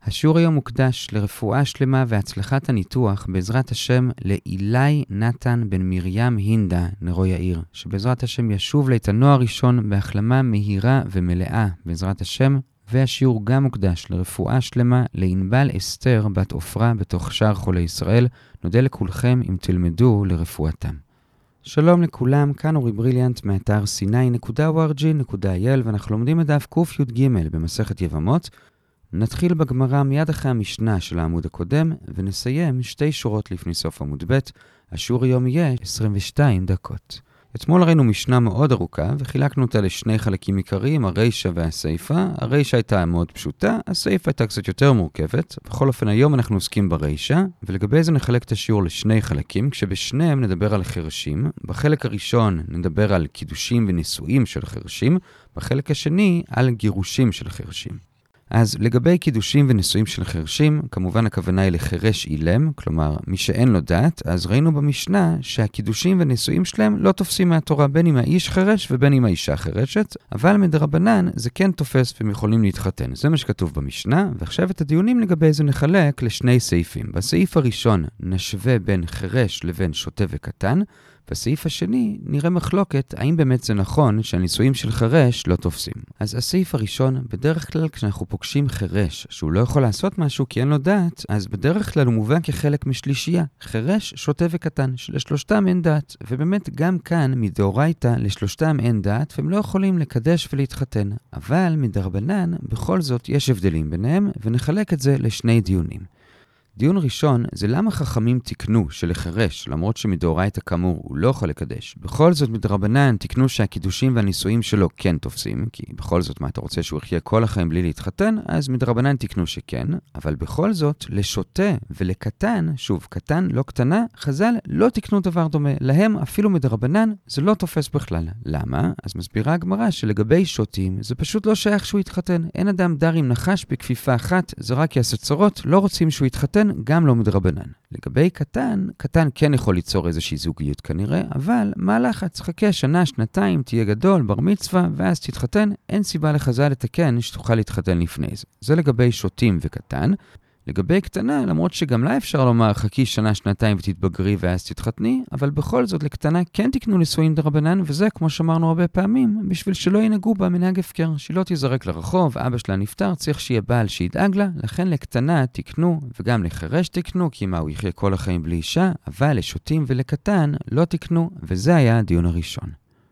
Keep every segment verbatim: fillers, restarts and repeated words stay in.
השיעור היום מוקדש לרפואה שלמה והצלחת הניתוח בעזרת השם לאילי נתן בן מרים הינדה נרו יאיר, שבעזרת השם ישוב לאיתנו הראשון בהחלמה מהירה ומלאה בעזרת השם, והשיעור גם מוקדש לרפואה שלמה לענבל אסתר בת עופרה בתוך שאר חולי ישראל. נודה לכולכם אם תלמדו לרפואתם. שלום לכולם, כאן אורי בריליאנט מאתר סיני נקודה או אר ג'י נקודה איי אל, ואנחנו לומדים את דף קי"ג במסכת יבמות. נתחיל בגמרא מיד אחרי המשנה של העמוד הקודם, ונסיים שתי שורות לפני סוף עמוד ב'. השיעור היום יהיה עשרים ושתיים דקות. אתמול ראינו משנה מאוד ארוכה, וחילקנו אותה לשני חלקים עיקריים, הרישה והסייפה. הרישה הייתה מאוד פשוטה, הסייפה הייתה קצת יותר מורכבת. בכל אופן, היום אנחנו עוסקים ברישה, ולגבי זה נחלק את השיעור לשני חלקים, כשבשניהם נדבר על חרשים. בחלק הראשון נדבר על קידושים ונישואים של חרשים, בחלק השני על גירושים של חרשים. אז לגבי קידושים ונישואים של חרשים, כמובן הכוונה היא לחרש אילם, כלומר מי שאין לו דעת. אז ראינו במשנה שהקידושים ונישואים שלהם לא תופסים מהתורה, בין אם האיש חרש ובין אם האישה חרשת, אבל מדרבנן זה כן תופס והם יכולים להתחתן. זה מה שכתוב במשנה, ועכשיו את הדיונים לגבי זה נחלק לשני סעיפים. בסעיף הראשון נשווה בין חרש לבין שוטה וקטן, בסעיף השני נראה מחלוקת האם באמת זה נכון שהנישואים של חרש לא תופסים. אז הסעיף הראשון, בדרך כלל כשאנחנו פוגשים חרש שהוא לא יכול לעשות משהו כי אין לו דעת, אז בדרך כלל הוא מובא כחלק משלישייה, חרש, שוטה וקטן, שלשלושתם אין דעת. ובאמת גם כאן מדאורייתא לשלושתם אין דעת והם לא יכולים לקדש ולהתחתן. אבל מדרבנן בכל זאת יש הבדלים ביניהם, ונחלק את זה לשני דיונים. דיון ראשון זה למה חכמים תקנו שלחרש, למרות שמדאורייתא כאמור הוא לא יכול לקדש. בכל זאת מדרבנן תקנו שהקידושים והנישואים שלו כן תופסים, כי בכל זאת מה אתה רוצה שהוא יחיה כל החיים בלי להתחתן, אז מדרבנן תקנו שכן. אבל בכל זאת לשוטה ולקטן, שוב קטן לא קטנה, חז"ל לא תקנו דבר דומה. להם אפילו מדרבנן זה לא תופס בכלל. למה? אז מסבירה הגמרא שלגבי שוטים זה פשוט לא שייך שהוא יתחתן. אין אדם דר עם נחש בכפיפה אחת, זה רק יעשה צרות, לא רוצים שהוא יתחתן, גם לא מדרבנן. לגבי קטן, קטן כן יכול ליצור איזושהי זוגיות כנראה, אבל מה לחץ? חכה שנה, שנתיים, תהיה גדול, בר מצווה, ואז תתחתן. אין סיבה לחז"ל לתקן שתוכל להתחתן לפני זה. זה לגבי שוטים וקטן. לגבי קטנה, למרות שגם לה אפשר לומר חכי שנה, שנתיים ותתבגרי ואז תתחתני, אבל בכל זאת לקטנה כן תקנו נישואין דרבנן, וזה כמו שאמרנו הרבה פעמים, בשביל שלא ינהגו בה מנהג הפקר, שהיא לא תזרק לרחוב, אבא שלה נפטר, צריך שיהיה בעל שידאג לה, לכן לקטנה תקנו, וגם לחרש תקנו, כי מה הוא יחיה כל החיים בלי אישה, אבל לשוטים ולקטן לא תקנו, וזה היה הדיון הראשון.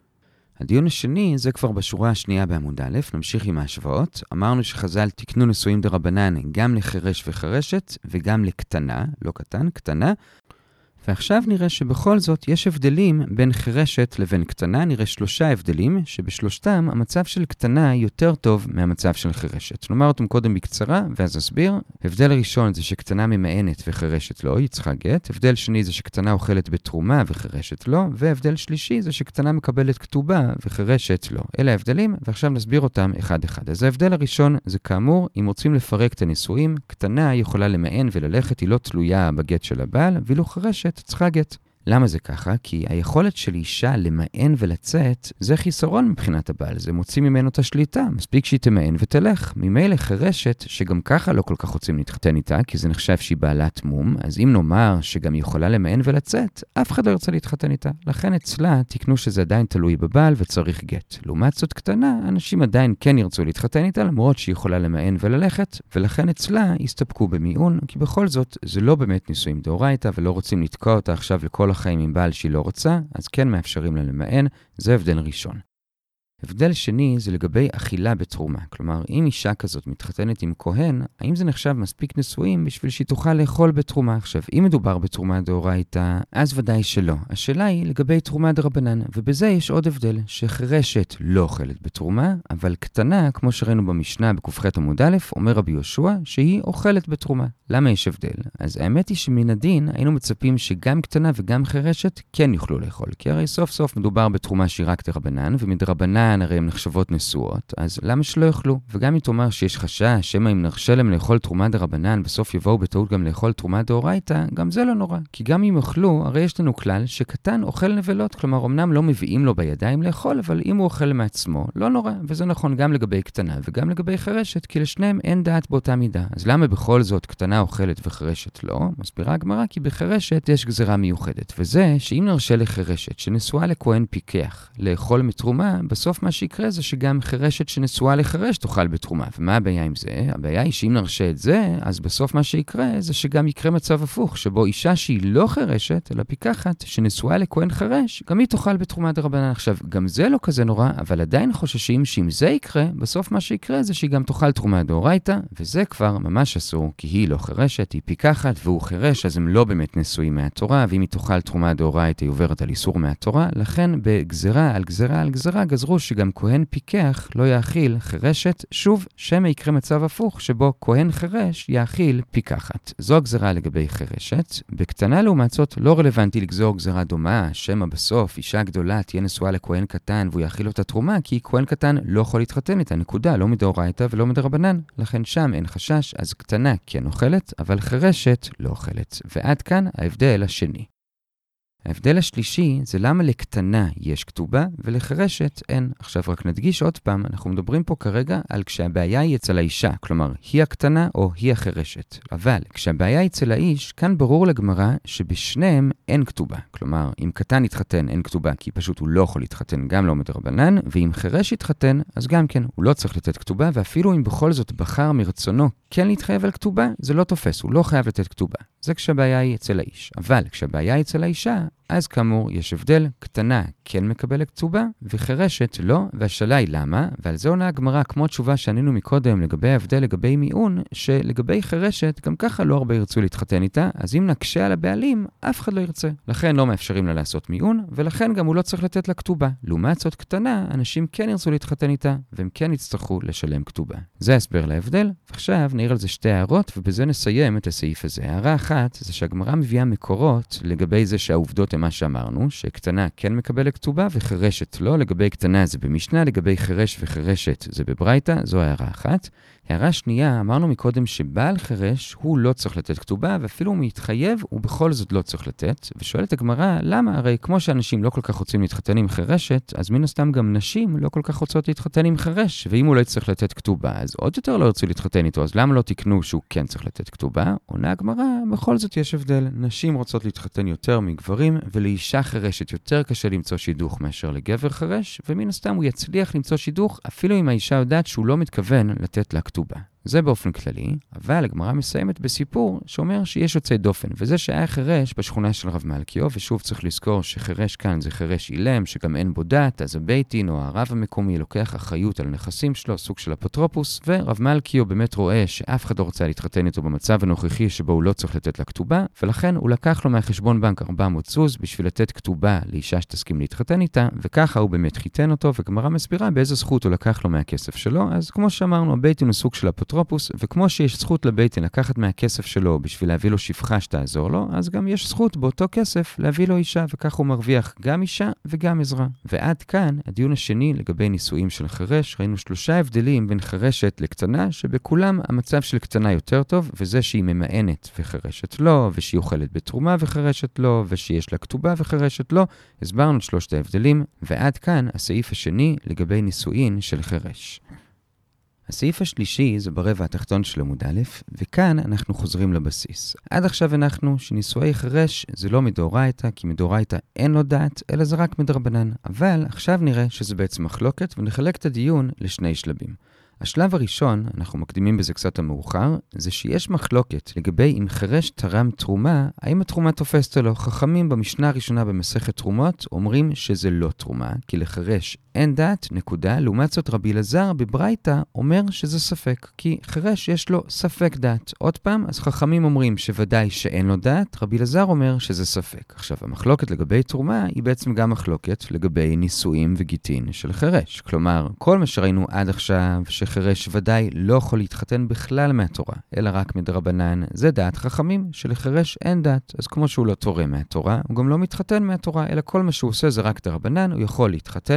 הדיון השני זה כבר בשורה השנייה בעמוד א', נמשיך עם ההשוואות. אמרנו שחז"ל תקנו נישואים דרבנן גם לחרש וחרשת וגם לקטנה, לא קטן, קטנה. ועכשיו נראה שבכל זאת יש הבדלים בין חרשת לבין קטנה, נראה שלושה הבדלים, שבשלושתם המצב של קטנה יותר טוב מהמצב של חרשת. נאמר אותם קודם בקצרה, ואז אסביר. הבדל ראשון זה שקטנה ממאנת וחרשת לא, היא צריכה גט. הבדל שני זה שקטנה אוכלת בתרומה וחרשת לא. והבדל שלישי זה שקטנה מקבלת כתובה וחרשת לא. אלה ההבדלים, ועכשיו נסביר אותם אחד אחד. אז ההבדל הראשון זה כאמור, אם רוצים לפרק את הנישואים, קטנה יכולה למאן וללכת, היא לא תלויה בגט של הבעל, ואילו חרשת צריכה גט. למה זה ככה? כי היכולת של אישה למען ולצאת זה חיסרון מבחינת הבעל, זה מוציא ממנו את השליטה, מספיק שהיא תמען ותלך. ממילא חרשת שגם ככה לא כל כך רוצים להתחתן איתה, כי זה נחשב שהיא בעלת מום, אז אם נאמר שגם היא יכולה למען ולצאת, אף אחד לא ירצה להתחתן איתה. לכן אצלה תקנו שזה עדיין תלוי בבעל וצריך גט. לעומת זאת קטנה, אנשים עדיין כן ירצו להתחתן איתה, למרות שהיא יכולה למען וללכת, ולכן אצלה יסתפקו במיעון, כי בכל זאת זה לא באמת נישואים דאורייתא ולא רוצים לתקוע אותה עכשיו לכל החיים עם בעל שהיא לא רוצה, אז כן מאפשרים לה למען. זה הבדל ראשון. הבדל שני זה לגבי אכילה בתרומה. כלומר, אם אישה כזאת מתחתנת עם כהן, האם זה נחשב מספיק נשואים בשביל שהיא תוכל לאכול בתרומה? עכשיו, אם מדובר בתרומה דאורייתא, אז ודאי שלא. השאלה היא לגבי תרומה דרבנן, ובזה יש עוד הבדל, שחרשת לא אוכלת בתרומה, אבל קטנה, כמו שראינו במשנה בק"ח עמוד א', אומר רבי יהושע שהיא אוכלת בתרומה. למה יש הבדל? אז האמת היא שמן הדין היינו מצפים שגם קטנה וגם חרשת כן יוכלו לאכול, כי הרי סוף סוף מדובר בתרומה שהיא רק דרבנן, ומדרבנן מדרבנן, הרי הן נחשבות נשואות, אז למה שלא יאכלו? וגם אם תאמר שיש חשש, שמא אם נרשה להם לאכול תרומה דרבנן, בסוף יבואו בטעות גם לאכול תרומה דאורייתא, גם זה לא נורא. כי גם אם יאכלו, הרי יש לנו כלל שקטן אוכל נבלות, כלומר, אמנם לא מביאים לו בידיים לאכול, אבל אם הוא אוכל מעצמו, לא נורא. וזה נכון גם לגבי קטנה וגם לגבי חרשת, כי לשניהם אין דעת באותה מידה. אז למה בכל זאת קטנה אוכלת וחרשת לא? מסבירה הגמרא כי בחרשת יש גזרה מיוחדת, וזה שאם נרשה לחרשת שנשואה לכהן פיקח לאכול מתרומה, בסוף מה שיקרה זה שגם חרשת שנשואה לחרש תאכל בתרומה. ומה הבעיה עם זה? הבעיה היא שאם נרשה את זה, אז בסוף מה שיקרה זה שגם יקרה מצב הפוך, שבו אישה שהיא לא חרשת, אלא פיקחת, שנשואה לכהן חרש, גם היא תאכל בתרומה דרבנן. עכשיו, גם זה לא כזה נורא, אבל עדיין חוששים שאם זה יקרה, בסוף מה שיקרה זה שהיא גם תאכל תרומה דאורייתא, וזה כבר ממש אסור, כי היא לא חרשת, היא פיקחת והוא חרש, אז הם לא באמת נשואים מהתורה, ואם היא תאכל תרומה דאורייתא היא עוברת על איסור מהתורה, לכן בגזרה על גזרה על גזרה גזרו שגם כהן פיקח לא יאכיל חרשת, שוב שמא יקרה מצב הפוך שבו כהן חרש יאכיל פיקחת. זו הגזרה לגבי חרשת. בקטנה לעומת זאת לא רלוונטי לגזור גזרה דומה, שמא בסוף אישה גדולה תהיה נשואה לכהן קטן והוא יאכיל אותה תרומה, כי כהן קטן לא יכול להתחתן איתה, נקודה, לא מדאורייתא ולא מדרבנן. לכן שם אין חשש, אז קטנה כן אוכלת, אבל חרשת לא אוכלת. ועד כאן ההבדל השני. ההבדל השלישי זה למה לקטנה יש כתובה ולחרשת אין. עכשיו רק נדגיש עוד פעם, אנחנו מדברים פה כרגע על כשהבעיה היא אצל האישה, כלומר היא הקטנה או היא החרשת. אבל כשהבעיה היא אצל האיש, כאן ברור לגמרא שבשניהם אין כתובה. כלומר, אם קטן יתחתן אין כתובה, כי פשוט הוא לא יכול להתחתן, גם לא מדרבנן, ואם חרש יתחתן, אז גם כן, הוא לא צריך לתת כתובה, ואפילו אם בכל זאת בחר מרצונו כן להתחייב על כתובה, זה לא תופס, הוא לא חייב לתת כתובה. זה כשהבעיה היא אצל האיש. אבל כשהבעיה היא אצל האישה, אז כאמור יש הבדל, קטנה כן מקבלת כתובה וחרשת לא, והשאלה היא למה, ועל זה עונה הגמרא כמו תשובה שענינו מקודם לגבי ההבדל לגבי מיעון, שלגבי חרשת גם ככה לא הרבה ירצו להתחתן איתה, אז אם נקשה על הבעלים, אף אחד לא ירצה. לכן לא מאפשרים לה לעשות מיעון, ולכן גם הוא לא צריך לתת לה כתובה. לעומת זאת קטנה, אנשים כן ירצו להתחתן איתה, והם כן יצטרכו לשלם כתובה. זה הסבר להבדל, ועכשיו נעיר על זה שתי הערות, ובזה נסיים את הסעיף הזה. הערה אחת זה שהגמרא מביאה מקורות לגבי זה שהעובדות מה שאמרנו, שקטנה כן מקבלת כתובה וחרשת לא. לגבי קטנה זה במשנה, לגבי חרש וחרשת זה בברייתא, זו הערה אחת. הערה שנייה, אמרנו מקודם שבעל חרש הוא לא צריך לתת כתובה, ואפילו הוא מתחייב, הוא בכל זאת לא צריך לתת. ושואלת הגמרא, למה? הרי כמו שאנשים לא כל כך רוצים להתחתן עם חרשת, אז מן הסתם גם נשים לא כל כך רוצות להתחתן עם חרש, ואם הוא לא צריך לתת כתובה, אז עוד יותר לא ירצו להתחתן איתו, אז למה לא תקנו שהוא כן צריך לתת כתובה? עונה הגמרא, בכל זאת יש הבדל. נשים רוצות להתחתן יותר מגברים, ולאישה חרשת יותר קשה למצוא שידוך מאשר לגבר חרש, ומן הסתם הוא יצליח למצוא שידוך, אפילו אם האישה יודעת שהוא לא מתכוון לתת לה כתובה. זה באופן כללי, אבל הגמרא מסיימת בסיפור שאומר שיש יוצא דופן, וזה שהיה חרש בשכונה של רב מלכיו, ושוב צריך לזכור שחרש כאן זה חרש אילם, שגם אין בו דת, אז הבית דין או הרב המקומי לוקח אחריות על נכסים שלו, סוג של אפוטרופוס, ורב מלכיו באמת רואה שאף אחד לא רוצה להתחתן איתו במצב הנוכחי שבו הוא לא צריך לתת לה כתובה, ולכן הוא לקח לו מהחשבון בנק ארבע מאות סוז בשביל לתת כתובה לאישה שתסכים להתחתן איתה, וככה הוא באמת חיתן אותו, וגמרא מסבירה באיזה זכות הוא לקח לו מהכסף שלו. אז כמו שאמרנו, הבית דין הוא סוג של אפוטרופוס, וכמו שיש זכות לבית דין לקחת מהכסף שלו בשביל להביא לו שפחה שתעזור לו, אז גם יש זכות באותו כסף להביא לו אישה, וכך הוא מרוויח גם אישה וגם עזרה. ועד כאן הדיון השני לגבי נישואים של חרש. ראינו שלושה הבדלים בין חרשת לקטנה, שבכולם המצב של קטנה יותר טוב, וזה שהיא ממאנת וחרשת לא, ושהיא אוכלת בתרומה וחרשת לא, ושיש לה כתובה וחרשת לא. הסברנו את שלושת ההבדלים, ועד כאן הסעיף השני לגבי נישואין של חרש. הסעיף השלישי זה ברבע התחתון של עמוד א', וכאן אנחנו חוזרים לבסיס. עד עכשיו אנחנו שנישואי חרש זה לא מדאורייתא, כי מדאורייתא אין לו דעת, אלא זה רק מדרבנן. אבל עכשיו נראה שזה בעצם מחלוקת, ונחלק את הדיון לשני שלבים. השלב הראשון, אנחנו מקדימים בזה קצת המאוחר, זה שיש מחלוקת לגבי אם חרש תרם תרומה, האם התרומה תופסת לו. חכמים במשנה הראשונה במסכת תרומות אומרים שזה לא תרומה, כי לחרש אין דת, נקודה. לעומת זאת רבי אלעזר בברייתא אומר שזה ספק, כי חרש יש לו ספק דת. עוד פעם, אז חכמים אומרים שוודאי שאין לו דת, רבי אלעזר אומר שזה ספק. עכשיו, המחלוקת לגבי תרומה היא בעצם גם מחלוקת לגבי נישואים וגיטין של חרש. כלומר, כל מה שראינו עד עכשיו שחרש ודאי לא יכול להתחתן בכלל מהתורה, אלא רק מדרבנן, זה דעת חכמים, שלחרש אין דת. אז כמו שהוא לא תורם מהתורה, הוא גם לא מתחתן מהתורה, אלא כל מה שהוא עושה זה רק דרבנן, הוא יכול להתחתן מדרבנן,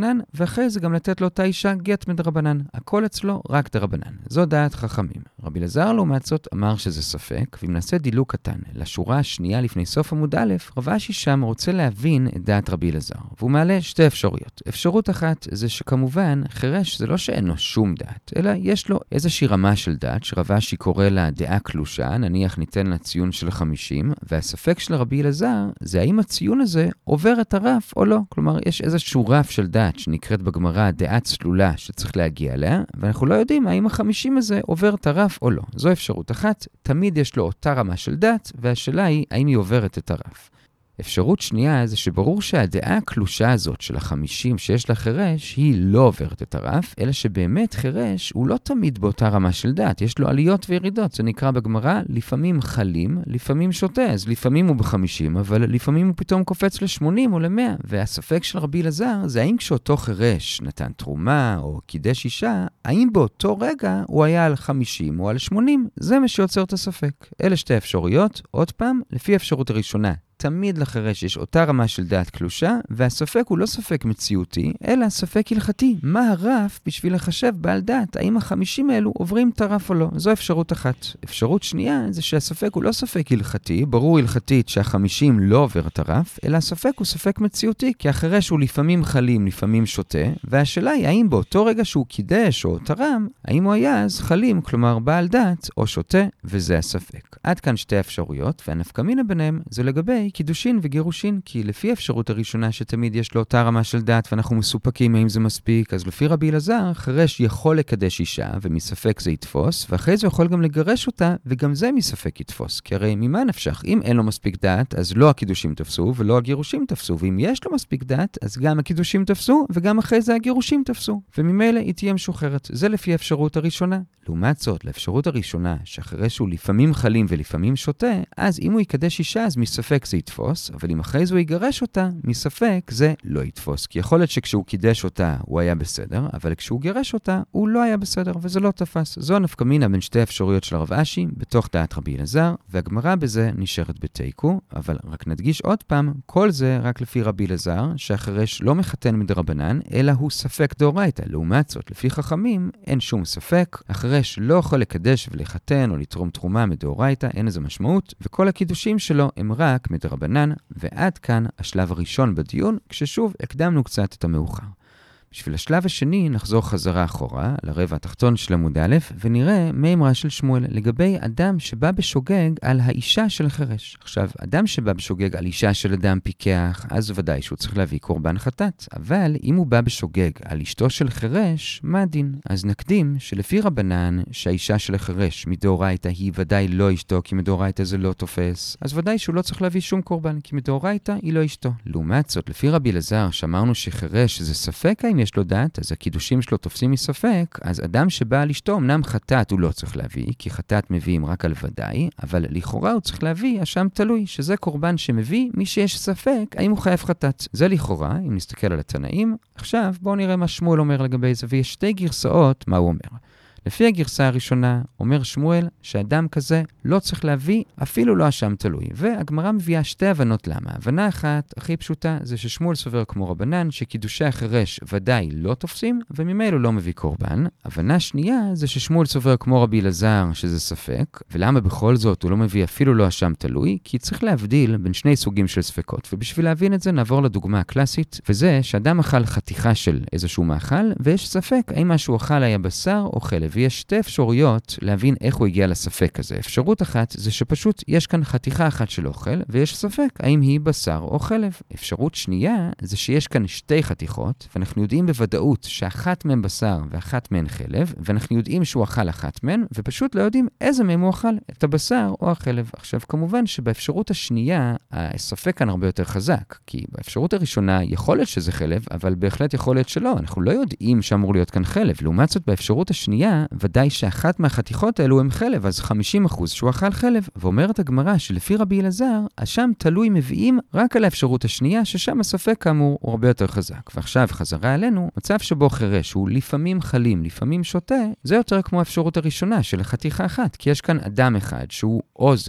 מדרבנן, ואחרי זה גם לתת לו אותה אישה גט מדרבנן. הכל אצלו רק דרבנן. זו דעת חכמים. רבי אלעזר לעומת זאת אמר שזה ספק, ואם נעשה דילוג קטן לשורה השנייה לפני סוף עמוד א', רב אשי שם רוצה להבין את דעת רבי אלעזר, והוא מעלה שתי אפשרויות. אפשרות אחת זה שכמובן חירש זה לא שאין לו שום דעת, אלא יש לו איזושהי רמה של דעת שרב אשי קורא לה דעה קלושה, נניח ניתן לה ציון של חמישים, והספק של רבי אלעזר זה האם הציון הזה עובר את הרף או לא. כלומר, יש איזשהו רף של דעת שנקראת בגמרא דעה צלולה שצריך להגיע אליה, ואנחנו לא יודעים האם החמישים הזה עובר את הרף או לא. זו אפשרות אחת, תמיד יש לו אותה רמה של דעת, והשאלה היא האם היא עוברת את הרף. אפשרות שנייה זה שברור שהדעה הקלושה הזאת של החמישים שיש לה חירש היא לא עוברת את הרף, אלא שבאמת חירש הוא לא תמיד באותה רמה של דעת, יש לו עליות וירידות, זה נקרא בגמרא לפעמים חלים, לפעמים שותה, אז לפעמים הוא בחמישים, אבל לפעמים הוא פתאום קופץ ל-שמונים או ל-מאה, והספק של רבי אלעזר זה האם כשאותו חירש נתן תרומה או קידש אישה, האם באותו רגע הוא היה על חמישים או על שמונים, זה מה שיוצר את הספק. אלה שתי אפשרויות, עוד פעם, לפי האפשרות הראשונה. תמיד לחירש יש אותה רמה של דעת קלושה, והספק הוא לא ספק מציאותי, אלא ספק הלכתי. מה הרף בשביל לחשב בעל דעת? האם החמישים האלו עוברים את הרף או לא? זו אפשרות אחת. אפשרות שנייה זה שהספק הוא לא ספק הלכתי, ברור הלכתית שהחמישים לא עובר את הרף, אלא הספק הוא ספק מציאותי, כי החירש הוא לפעמים חלים, לפעמים שותה, והשאלה היא האם באותו רגע שהוא קידש או תרם, האם הוא היה אז חלים, כלומר בעל דעת או שותה, וזה הספק. עד כאן שתי אפשרויות, והנפקמינה ביניהם זה לגבי קידושין וגירושין, כי לפי האפשרות הראשונה שתמיד יש לו אותה רמה של דעת ואנחנו מסופקים האם זה מספיק, אז לפי רבי אלעזר, חירש יכול לקדש אישה ומספק זה יתפוס, ואחרי זה יכול גם לגרש אותה וגם זה מספק יתפוס, כי הרי ממה נפשך? אם אין לו מספיק דעת, אז לא הקידושים תפסו ולא הגירושים תפסו, ואם יש לו מספיק דעת, אז גם הקידושים תפסו וגם אחרי זה הגירושים תפסו, וממילא היא תהיה משוחררת. זה לפי האפשרות הראשונה. לעומת זאת, לאפשרות הראשונה, שהחירש הוא לפעמים חלים ולפעמים שותה, אז אם הוא יקדש אישה, אז מספק זה יתפוס, אבל אם אחרי זה הוא יגרש אותה, מספק זה לא יתפוס. כי יכול להיות שכשהוא קידש אותה, הוא היה בסדר, אבל כשהוא גירש אותה, הוא לא היה בסדר, וזה לא תפס. זו הנפקמינה בין שתי האפשרויות של הרב אשי, בתוך דעת רבי אלעזר, והגמרא בזה נשארת בתיקו, אבל רק נדגיש עוד פעם, כל זה רק לפי רבי אלעזר, שהחירש לא מחתן מדרבנן, אלא הוא ספק דאורייתא. לעומת זאת, לפי חכמים, אין שום ספק, החירש לא יכול לקדש ולחתן או לתרום תרומה מדאורייתא, אין איזה משמעות, וכל הקידושים שלו הם רק מדרבנן, ועד כאן השלב הראשון בדיון, כששוב הקדמנו קצת את המאוחר. בשביל השלב השני נחזור חזרה אחורה, לרבע התחתון של עמוד א', ונראה מה אמרה של שמואל לגבי אדם שבא בשוגג על האישה של החירש. עכשיו, אדם שבא בשוגג על אישה של אדם פיקח, אז ודאי שהוא צריך להביא קורבן חטאת. אבל אם הוא בא בשוגג על אשתו של חירש, מה הדין? אז נקדים שלפי רבנן, שהאישה של החירש מדאורייתא היא ודאי לא אשתו, כי מדאורייתא זה לא תופס, אז ודאי שהוא לא צריך להביא שום קורבן, כי מדאורייתא היא לא אשתו. לעומת זאת, לפי רבי אלעזר, שאמרנו שחירש זה ספק האם יש לו דעת, אז הקידושים שלו תופסים מספק, אז אדם שבא על אשתו, אמנם חטאת הוא לא צריך להביא, כי חטאת מביאים רק על ודאי, אבל לכאורה הוא צריך להביא אשם תלוי, שזה קורבן שמביא מי שיש ספק האם הוא חייב חטאת. זה לכאורה, אם נסתכל על התנאים. עכשיו בואו נראה מה שמואל אומר לגבי זה, ויש שתי גרסאות מה הוא אומר. לפי הגרסה הראשונה, אומר שמואל שאדם כזה לא צריך להביא אפילו לא אשם תלוי. והגמרא מביאה שתי הבנות למה. הבנה אחת, הכי פשוטה, זה ששמואל סובר כמו רבנן, שקידושי החירש ודאי לא תופסים, וממילא לא מביא קורבן. הבנה שנייה, זה ששמואל סובר כמו רבי אלעזר, שזה ספק. ולמה בכל זאת הוא לא מביא אפילו לא אשם תלוי? כי צריך להבדיל בין שני סוגים של ספקות. ובשביל להבין את זה, נעבור לדוגמה הקלאסית, וזה שאדם אכל חתיכה של איזשהו מאכל, ויש ספק האם מה שהוא אכל היה בשר או חלב. ויש שתי אפשרויות להבין איך הוא הגיע לספק הזה. אפשרות אחת זה שפשוט יש כאן חתיכה אחת של אוכל, ויש ספק האם היא בשר או חלב. אפשרות שנייה זה שיש כאן שתי חתיכות, ואנחנו יודעים בוודאות שאחת מהן בשר ואחת מהן חלב, ואנחנו יודעים שהוא אכל אחת מהן, ופשוט לא יודעים איזה מהם הוא אכל, את הבשר או החלב. עכשיו, כמובן שבאפשרות השנייה, הספק כאן הרבה יותר חזק, כי באפשרות הראשונה יכול להיות שזה חלב, אבל בהחלט יכול להיות שלא. אנחנו לא יודעים שאמור להיות כאן חלב. לעומת זאת, באפשרות השנייה, ודאי שאחת מהחתיכות האלו הם חלב, אז חמישים אחוז שהוא אכל חלב. ואומרת הגמרא שלפי רבי אלעזר, השם תלוי מביאים רק על האפשרות השנייה, ששם הספק כאמור הוא הרבה יותר חזק. ועכשיו חזרה אלינו, מצב שבו חירש הוא לפעמים חלים, לפעמים שותה, זה יותר כמו האפשרות הראשונה של החתיכה אחת, כי יש כאן אדם אחד שהוא או זה,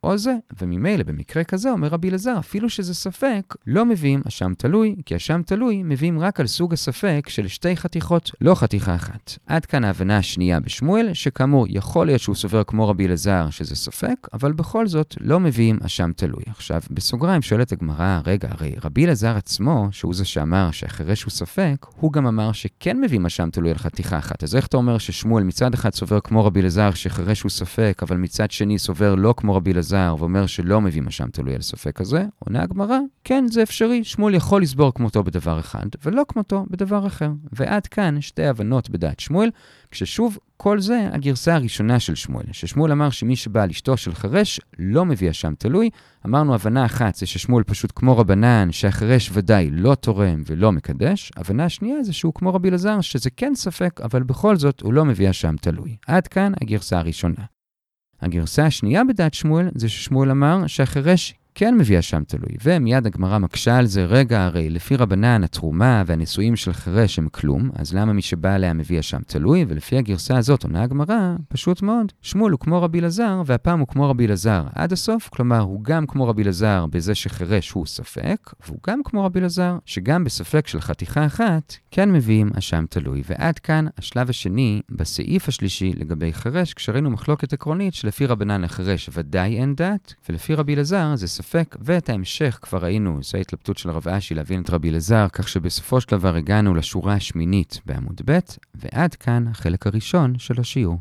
או זה, וממילא במקרה כזה אומר רבי אלעזר, אפילו שזה ספק, לא מביאים אשם תלוי, כי אשם תלוי מביאים רק על סוג הספק של שתי חתיכות, לא חתיכה אחת. עד כאן ההבנה השנייה בשמואל, שכאמור יכול להיות שהוא סובר כמו רבי אלעזר שזה ספק, אבל בכל זאת לא מביאים אשם תלוי. עכשיו, בסוגריים שואלת הגמרא, רגע, הרי רבי אלעזר עצמו, שהוא זה שאמר שהחירש הוא ספק, הוא גם אמר שכן מביאים אשם תלוי על חתיכה אחת. אז איך אתה אומר ששמואל מצד אחד סובר כמו רבי אלעזר שחירש הוא ספק, אבל מצד שני סובר לא כמו רבי אלעזר ואומר שלא מביאים אשם תלוי על ספק הזה? עונה הגמרא, כן, זה אפשרי. שמואל יכול לסבור כמותו בדבר אחד, ולא כמותו בדבר אחר. ועד כאן שתי הבנות בדעת שמואל, כששוב כל זה הגרסה הראשונה של שמואל, ששמואל אמר שמי שבא על אשתו של חירש לא מביא אשם תלוי. אמרנו הבנה אחת זה ששמואל פשוט כמו רבנן, שהחירש ודאי לא תורם ולא מקדש. הבנה השנייה זה שהוא כמו רבי אלעזר, שזה כן ספק, אבל בכל זאת הוא לא מביא אשם תלוי. עד כאן הגרסה הראשונה. הגרסה השנייה בדעת שמואל זה ששמואל אמר שהחירש כן מביא אשם תלוי, ומיד הגמרא מקשה על זה, רגע, הרי לפי רבנן התרומה והנישואים של חירש הם כלום, אז למה מי שבא עליה מביא אשם תלוי? ולפי הגרסה הזאת עונה הגמרא, פשוט מאוד, שמואל הוא כמו רבי אלעזר, והפעם הוא כמו רבי אלעזר עד הסוף, כלומר הוא גם כמו רבי אלעזר בזה שחירש הוא ספק, והוא גם כמו רבי אלעזר שגם בספק של חתיכה אחת כן מביאים אשם תלוי. ועד כאן השלב השני בסעיף השלישי לגבי חירש, כשראינו מחלוקת עקרונית שלפי רבנן לחירש ודאי אין דת, ולפי רבי אלעזר זה ספק. ואת ההמשך כבר ראינו, זו ההתלבטות של רב אשי להבין את רבי אלעזר, כך שבסופו של דבר הגענו לשורה השמינית בעמוד ב', ועד כאן החלק הראשון של השיעור.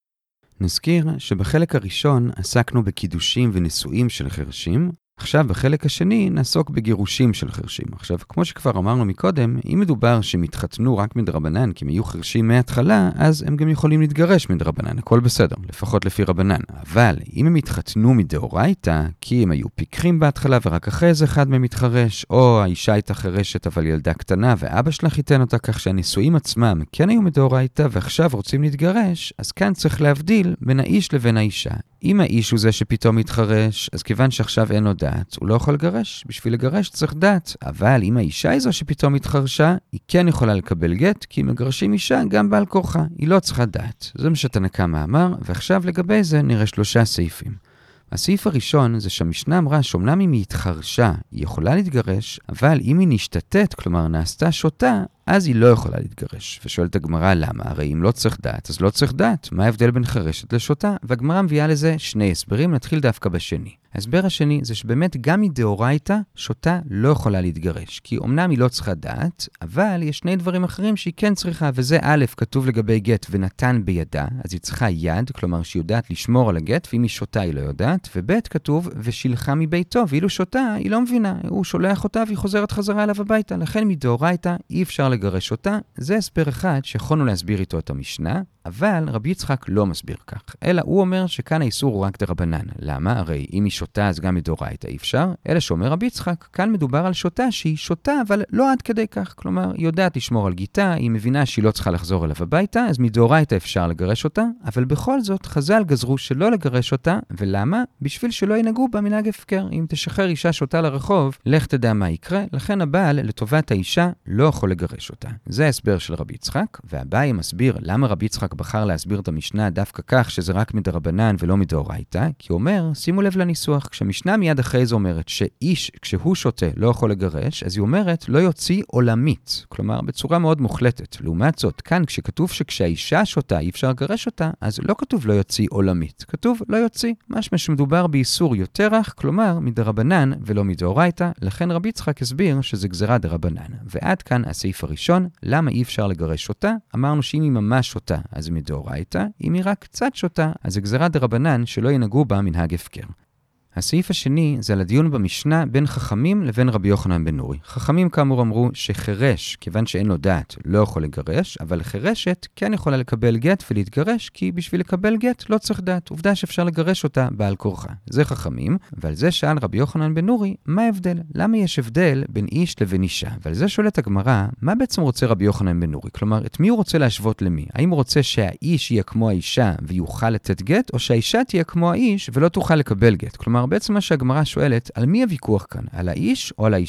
נזכיר שבחלק הראשון עסקנו בקידושים ונישואים של חירשים, עכשיו בחלק השני נעסוק בגירושים של חירשים. עכשיו, כמו שכבר אמרנו מקודם, אם מדובר שהם התחתנו רק מדרבנן, כי הם היו חירשים מההתחלה, אז הם גם יכולים להתגרש מדרבנן, הכל בסדר, לפחות לפי רבנן. אבל אם הם התחתנו מדאורייתא, כי הם היו פיקחים בהתחלה ורק אחרי זה אחד מהם מתחרש, או האישה הייתה חירשת אבל ילדה קטנה ואבא שלה חיתן אותה, כך שהנישואים עצמם כן היו מדאורייתא ועכשיו רוצים להתגרש, אז כאן צריך להבדיל בין האיש לבין האישה. אם האיש הוא זה שפתאום מתחרש, אז כיוון שעכשיו אין לו דת, הוא לא יכול לגרש. בשביל לגרש צריך דת. אבל אם האישה היא זו שפתאום מתחרשה, היא כן יכולה לקבל גט, כי מגרשים אישה גם בעל כורחה. היא לא צריכה דת. זה מה שתנא קמא אמר, ועכשיו לגבי זה נראה שלושה סעיפים. הסעיף הראשון זה שהמשנה אמרה שאומנם אם היא התחרשה, היא יכולה להתגרש, אבל אם היא נשתתת, כלומר נעשתה שוטה, אז היא לא יכולה להתגרש. ושואלת הגמרא למה? הרי אם לא צריך דת, אז לא צריך דת. מה ההבדל בין חרשת לשוטה? והגמרא מביאה לזה שני הסברים, נתחיל דווקא בשני. ההסבר השני זה שבאמת גם מדאורייתא שוטה לא יכולה להתגרש, כי אמנם היא לא צריכה דת, אבל יש שני דברים אחרים שהיא כן צריכה, וזה א', כתוב לגבי גט ונתן בידה, אז היא צריכה יד, כלומר שהיא יודעת לשמור על הגט, ואם היא שוטה היא לא יודעת, וב' כתוב ושילחה מביתו, ואילו שוטה היא לא מבינה, הוא שולח אותה והיא חוזרת חזרה אליו הביתה, לכן מדאורייתא אי אפשר לגרש אותה. זה הסבר אחד שיכולנו להסביר איתו את המשנה, אבל רבי יצחק לא מסביר כך, אלא הוא אומר שכאן האיסור הוא רק דרבנן. למה? הרי אם היא שוטה אז גם מדאורייתא אי אפשר, אלא שאומר רבי יצחק, כאן מדובר על שוטה שהיא שוטה אבל לא עד כדי כך, כלומר היא יודעת לשמור על גיטה, היא מבינה שהיא לא צריכה לחזור אליו הביתה, אז מדאורייתא אפשר לגרש אותה, אבל בכל זאת חז"ל גזרו שלא לגרש אותה. ולמה? בשביל שלא ינהגו בה מנהג הפקר. אם תשחרר אישה שוטה לרחוב, לך תדע מה יקרה, לכן הבעל לטובת האישה לא יכול לגרש אותה. זה ההסבר של רבי יצחק, והבאי מסביר למה רבי יצחק בחר להסביר את המשנה דווקא כך שזה רק מדרבנן ולא מדאורייתא, כי הוא אומר, שימו לב לניסוח, כשהמשנה מיד אחרי זה אומרת שאיש כשהוא שוטה לא יכול לגרש, אז היא אומרת לא יוציא עולמית, כלומר בצורה מאוד מוחלטת. לעומת זאת, כאן כשכתוב שכשהאישה שוטה אי אפשר לגרש אותה, אז לא כתוב לא יוציא עולמית, כתוב לא יוציא, משמע שמדובר באיסור יותר רך, כלומר מדרבנן ולא מדאורייתא, לכן רבי יצחק הסביר שזה גזרה דרבנן. ועד כאן הסעיף הראשון, למה אי אפשר לגרש אותה? אמרנו שאם היא ממש שוטה אז מדאורייתא, אם היא רק קצת שוטה אז זה גזרה דרבנן שלא ינהגו בה מנהג הפקר. הסעיף השני זה על הדיון במשנה בין חכמים לבין רבי יוחנן בן נורי. חכמים כאמור אמרו שחירש, כיוון שאין לו דעת, לא יכול לגרש, אבל חירשת כן יכולה לקבל גט ולהתגרש, כי בשביל לקבל גט לא צריך דעת. עובדה שאפשר לגרש אותה בעל כורחה. זה חכמים, ועל זה שאל רבי יוחנן בן נורי, מה ההבדל? למה יש הבדל בין איש לבין אישה? ועל זה שואלת הגמרא, מה בעצם רוצה רבי יוחנן בן נורי? כלומר, את מי הוא רוצה להשוות למי? האם הוא רוצה שהאיש יהיה כמו האישה ויוכל לתת גט, או שהאישה תהיה כמו האיש ולא תוכל לקבל גט? כלומר, בעצם מה שהגמרא שואלת, על מי הוויכוח כאן? על האיש או על האישה?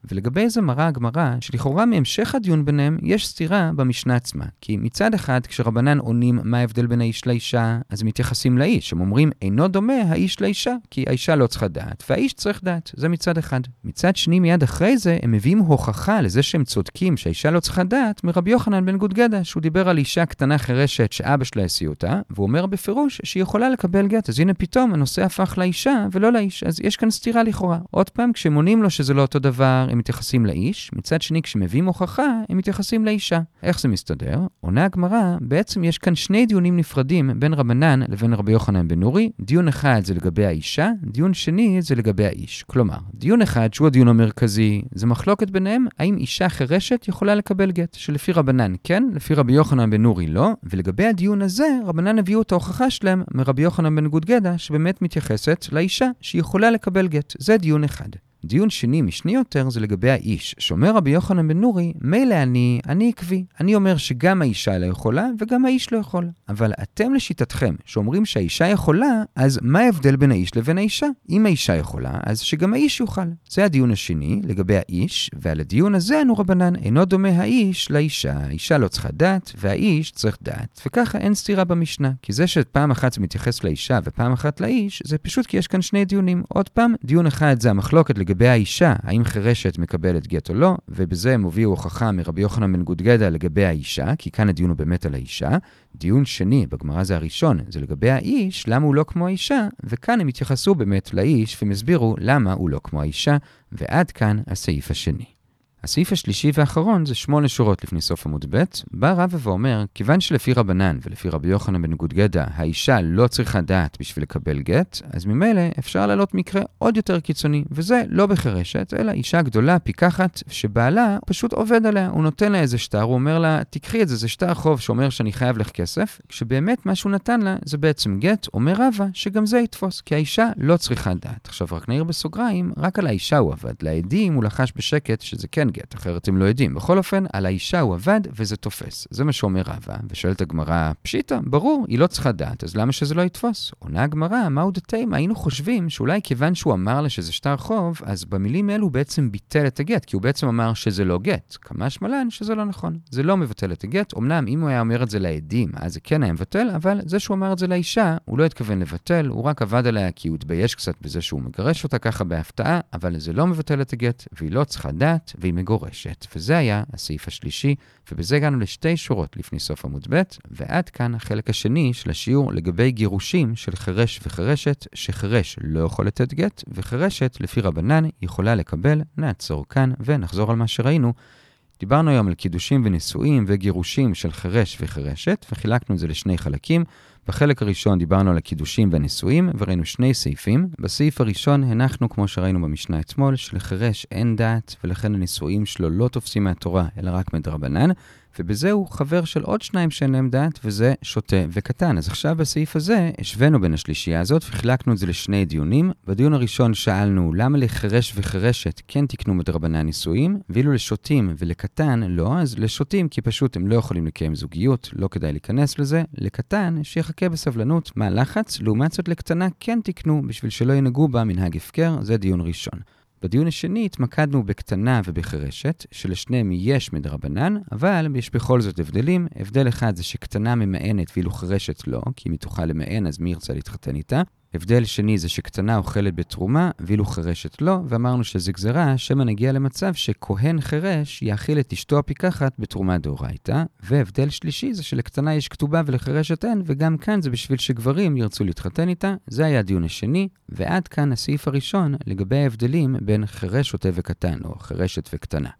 ולגבי זה מראה הגמרא, שלכאורה מהמשך הדיון ביניהם יש סתירה במשנה עצמה. כי מצד אחד, כשרבנן עונים מה ההבדל בין האיש לאישה, אז מתייחסים לאיש. הם אומרים, אינו דומה האיש לאישה, כי האישה לא צריכה דעת, והאיש צריך דעת. זה מצד אחד. מצד שני, מיד אחרי זה, הם מביאים הוכחה לזה שהם צודקים שהאישה לא צריכה דעת, מרבי יוחנן בן גודגדה, שהוא דיבר על אישה קטנה חירשת שאבא שלה הסיע אותה, והוא אומר בפירוש שהיא יכולה לקבל גט. אז הנה פתאום הנושא הפך לאישה ולא לאיש. אז יש כאן סתירה לכאורה. עוד פעם, כשמונים לו שזה לא אותו דבר, הם מתייחסים לאיש. מצד שני, כשמביאים הוכחה, הם מתייחסים לאישה. איך זה מסתדר? עונה הגמרא, בעצם יש כאן שני דיונים נפרדים בין רבנן לבין רבי יוחנן בן נורי. דיון אחד זה לגבי האישה, דיון שני זה לגבי האיש. כלומר, דיון אחד שהוא הדיון המרכזי, זה מחלוקת ביניהם, האם אישה חירשת יכולה לקבל גט, שלפי רבנן כן, לפי רבי יוחנן בן נורי לא, ולגבי הדיון הזה, רבנן הביאו את ההוכחה שלהם מרבי יוחנן בן גודגדה, שבאמת מתייחסת לאישה שהיא יכולה לקבל גט. זה דיון אחד. דיון שני, משני יותר, זה לגבי האיש. שאומר רבי יוחנן בן נורי, מילא אני, אני עקבי. אני אומר שגם האישה לא יכולה וגם האיש לא יכול. אבל אתם לשיטתכם, שאומרים שהאישה יכולה, אז מה ההבדל בין האיש לבין האישה? אם האישה יכולה, אז שגם האיש יוכל. זה הדיון השני, לגבי האיש, ועל הדיון הזה אנו רבנן, אינו דומה האיש לאישה. האישה לא צריכה דעת, והאיש צריך דעת. וככה אין סתירה במשנה. כי זה שפעם אחת זה מתייחס לאישה ופעם אחת לאיש, זה פשוט כי יש כאן שני דיונים. עוד פעם, דיון אחד זה המחלוקת לגבי האישה, האם חירשת מקבלת גט או לא, ובזה הם הביאו הוכחה מרבי יוחנן בן גודגדה לגבי האישה, כי כאן הדיון הוא באמת על האישה. דיון שני, בגמרא זה הראשון, זה לגבי האיש, למה הוא לא כמו האישה, וכאן הם התייחסו באמת לאיש, והם הסבירו למה הוא לא כמו האישה, ועד כאן הסעיף השני. הסעיף השלישי והאחרון זה שמונה שורות לפני סוף עמוד ב'. בא רבא ואומר, כיוון שלפי רבנן ולפי רבי יוחנן בן גודגדה, האישה לא צריכה דעת בשביל לקבל גט, אז ממילא אפשר לעלות מקרה עוד יותר קיצוני, וזה לא בחירשת, אלא אישה גדולה, פיקחת, שבעלה פשוט עובד עליה, הוא נותן לה איזה שטר, הוא אומר לה, תקחי את זה, זה שטר חוב שאומר שאני חייב לך כסף, כשבאמת מה שהוא נתן לה זה בעצם גט, אומר רבא שגם זה יתפוס, כי האישה לא צריכה דעת. עכשיו רק נעיר בסוגריים, רק על האישה הוא עבד, לעדים הוא לחש בשקט שזה כן גט, אחרת הם לא יודעים. בכל אופן, על האישה הוא עבד וזה תופס. זה מה שאומר רבא, ושואלת הגמרא, פשיטה, ברור, היא לא צריכה דעת, אז למה שזה לא יתפוס? עונה הגמרא, מהו דתיים? היינו חושבים שאולי כיוון שהוא אמר לה שזה שטר חוב, אז במילים האלו הוא בעצם ביטל את הגט, כי הוא בעצם אמר שזה לא גט. כמה שמלן שזה לא נכון. זה לא מבטל את הגט. אמנם אם הוא היה אומר את זה לעדים, אז זה כן היה מבטל, אבל זה שהוא אמר את זה לאישה, הוא לא התכוון לבטל, הוא רק עבד עליה כי הוא התבייש קצת בזה שהוא מגרש אותה ככה בהפתעה, אבל זה לא מבטל את הגט, והיא לא צריכה דעת, והיא מגורשת. וזה היה הסעיף השלישי, ובזה הגענו לשתי שורות לפני סוף עמוד ב', ועד כאן החלק השני של השיעור לגבי גירושים של חירש וחירשת, שחירש לא יכול לתת גט, וחירשת לפי רבנן יכולה לקבל. נעצור כאן ונחזור על מה שראינו. דיברנו היום על קידושים ונישואים וגירושים של חירש וחירשת, וחילקנו את זה לשני חלקים. בחלק הראשון דיברנו על הקידושים והנישואים, וראינו שני סעיפים. בסעיף הראשון הנחנו, כמו שראינו במשנה אתמול, שלחירש אין דעת, ולכן הנישואים שלו לא תופסים מהתורה, אלא רק מדרבנן, ובזה הוא חבר של עוד שניים שאין להם דעת, וזה שוטה וקטן. אז עכשיו בסעיף הזה, השווינו בין השלישייה הזאת, וחילקנו את זה לשני דיונים. בדיון הראשון שאלנו, למה לחירש וחירשת כן תקנו מדרבנן נישואים, ואילו לשוטים ולקטן לא, אז לשוטים כי פשוט הם לא יכולים לקיים זוגיות, לא כדאי להיכנס לזה. לקטן שיחכה בסבלנות, מה לחץ? לעומת זאת לקטנה כן תקנו, בשביל שלא ינגעו בה מנהג הפקר. זה דיון ראשון. בדיון השני התמקדנו בקטנה ובחירשת, שלשניהם יש מדרבנן, אבל יש בכל זאת הבדלים. הבדל אחד זה שקטנה ממאנת ואילו חירשת לא, כי אם היא תוכל למאן אז מי ירצה להתחתן איתה. הבדל שני זה שקטנה אוכלת בתרומה ואילו חירשת לא, ואמרנו שזה גזרה שמה נגיע למצב שכהן חירש יאכיל את אשתו הפיקחת בתרומה דאורייתא. והבדל שלישי זה שלקטנה יש כתובה ולחירשת אין, וגם כאן זה בשביל שגברים ירצו להתחתן איתה. זה היה הדיון השני, ועד כאן הסעיף הראשון לגבי ההבדלים בין חירש, שוטה וקטן, או חירשת וקטנה.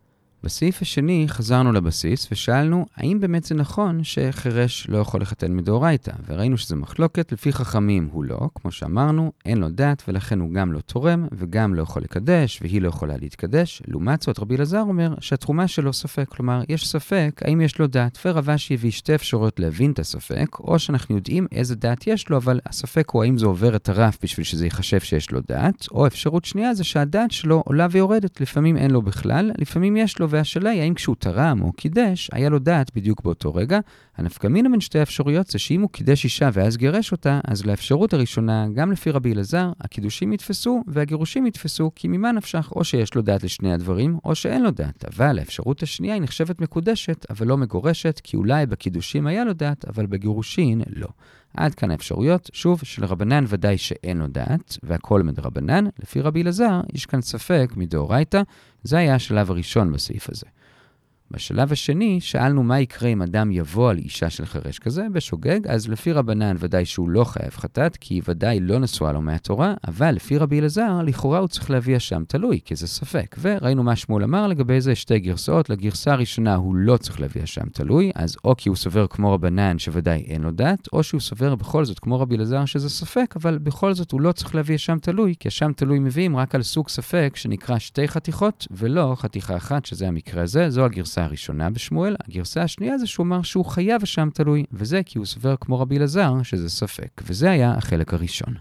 בסעיף השני חזרנו לבסיס ושאלנו האם באמת זה נכון שחירש לא יכול לחתן מדאורייתא, וראינו שזה מחלוקת. לפי חכמים הוא לא, כמו שאמרנו, אין לו דת ולכן הוא גם לא תורם וגם לא יכול לקדש והיא לא יכולה להתקדש. לעומת זאת רבי אלעזר אומר שהתרומה שלו ספק, כלומר יש ספק האם יש לו דת, ורבשי הביא שתי אפשרויות להבין את הספק, או שאנחנו יודעים איזה דת יש לו אבל הספק הוא האם זה עובר את הרף בשביל שזה ייחשב שיש לו דת, או אפשרות שנייה זה שהדת שלו עולה ויורדת, לפעמים אין לו בכלל, לפעמים יש לו והשאלה היא האם כשהוא תרם או קידש, היה לו דעת בדיוק באותו רגע. הנפקא מינה בין שתי האפשרויות זה שאם הוא קידש אישה ואז גירש אותה, אז לאפשרות הראשונה, גם לפי רבי אלעזר, הקידושים יתפסו והגירושים יתפסו, כי ממה נפשך או שיש לו דעת לשני הדברים, או שאין לו דעת. אבל האפשרות השנייה היא נחשבת מקודשת, אבל לא מגורשת, כי אולי בקידושים היה לו דעת, אבל בגירושין לא. עד כאן האפשרויות, שוב, של רבנן ודאי שאין לו דעת, והכל מדרבנן. לפי רבי אלעזר, יש כאן ספק מדאורייתא, זה היה השלב הראשון בסעיף הזה. בשלב השני, שאלנו מה יקרה אם אדם יבוא על אישה של חירש כזה בשוגג, אז לפי רבנן ודאי שהוא לא חייב חטאת, כי היא ודאי לא נשואה לו מהתורה, אבל לפי רבי אלעזר, לכאורה הוא צריך להביא אשם תלוי, כי זה ספק. וראינו מה שמואל אמר לגבי זה שתי גרסאות, לגרסה הראשונה הוא לא צריך להביא אשם תלוי, אז או כי הוא סובר כמו רבנן שוודאי אין לו דת, או שהוא סובר בכל זאת כמו רבי אלעזר שזה ספק, אבל בכל זאת הוא לא צריך להביא אשם תלוי, כי אשם תלוי מביאים רק על סוג ספק שנקרא שתי חתיכות, ולא חתיכה אחת, שזה המקרה הזה. זו הגרסה הראשונה בשמואל. הגרסה השנייה זה שהוא אמר שהוא חייב אשם תלוי, וזה כי הוא סובר כמו רבי אלעזר שזה ספק. וזה היה החלק הראשון.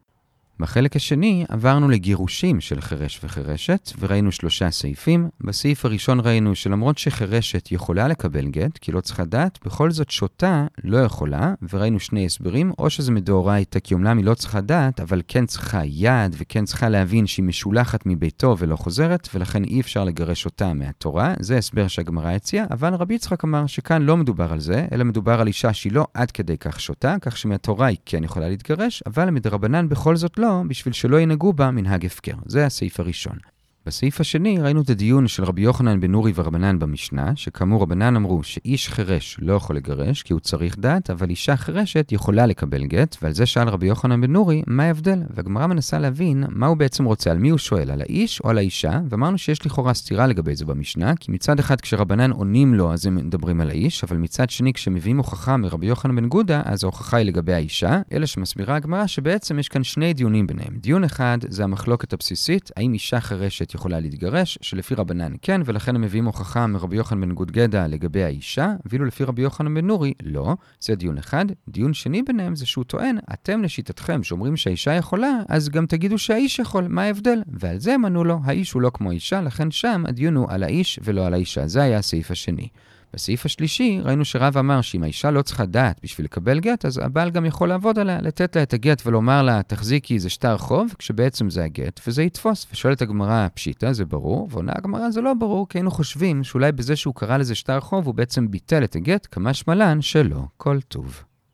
בחלק השני עברנו לגירושים של חירש וחירשת, וראינו שלושה סעיפים. בסעיף הראשון ראינו שלמרות שחירשת יכולה לקבל גט, כי לא צריכה דת, בכל זאת שוטה לא יכולה, וראינו שני הסברים, או שזה מדאורייתא, כי אומנם היא לא צריכה דת, אבל כן צריכה יד, וכן צריכה להבין שהיא משולחת מביתו ולא חוזרת, ולכן אי אפשר לגרש אותה מהתורה. זה הסבר שהגמרא הציעה, אבל רבי יצחק אמר שכאן לא מדובר על זה, אלא מדובר על אישה שהיא לא עד כדי כך שוטה, כך שמהתורה היא כן יכולה להתגרש, אבל מדרבנן בכל זאת לא, בשביל שלא ינהגו בה מנהג הפקר. זה הסעיף הראשון. בסעיף השני ראינו את הדיון של רבי יוחנן בן נורי ורבנן במשנה, שכאמור רבנן אמרו שאיש חירש לא יכול לגרש כי הוא צריך דת, אבל אישה חירשת יכולה לקבל גט, ועל זה שאל רבי יוחנן בן נורי מה ההבדל. והגמרא מנסה להבין מה הוא בעצם רוצה, על מי הוא שואל, על האיש או על האישה, ואמרנו שיש לכאורה סתירה לגבי זה במשנה, כי מצד אחד כשרבנן עונים לו אז הם מדברים על האיש, אבל מצד שני כשמביאים הוכחה מרבי יוחנן בן גודה, אז ההוכחה היא לגבי האישה, אלא שמסבירה הגמרא שבעצם יש כאן שני דיונים ביניהם. דיון אחד זה המחלוקת הבסיסית, האם אישה חירשת יכולה להתגרש, שלפי רבנן כן, ולכן הם מביאים הוכחה מרבי יוחנן בן גודגדה לגבי האישה, ואילו לפי רבי יוחנן בן נורי לא. זה דיון אחד. דיון שני ביניהם זה שהוא טוען, אתם לשיטתכם שאומרים שהאישה יכולה, אז גם תגידו שהאיש יכול, מה ההבדל? ועל זה הם ענו לו, האיש הוא לא כמו האישה, לכן שם הדיון הוא על האיש ולא על האישה. זה היה הסעיף השני. בסעיף השלישי ראינו שרב אמר שאם האישה לא צריכה דעת בשביל לקבל גט, אז הבעל גם יכול לעבוד עליה, לתת לה את הגט ולומר לה, תחזיקי זה שטר חוב, כשבעצם זה הגט, וזה יתפוס. ושואלת הגמרא, פשיטה, זה ברור, ועונה הגמרא, זה לא ברור, כי היינו חושבים שאולי בזה שהוא קרא לזה שטר חוב, הוא בעצם ביטל את הגט, כמה שמלן שלא, כל טוב.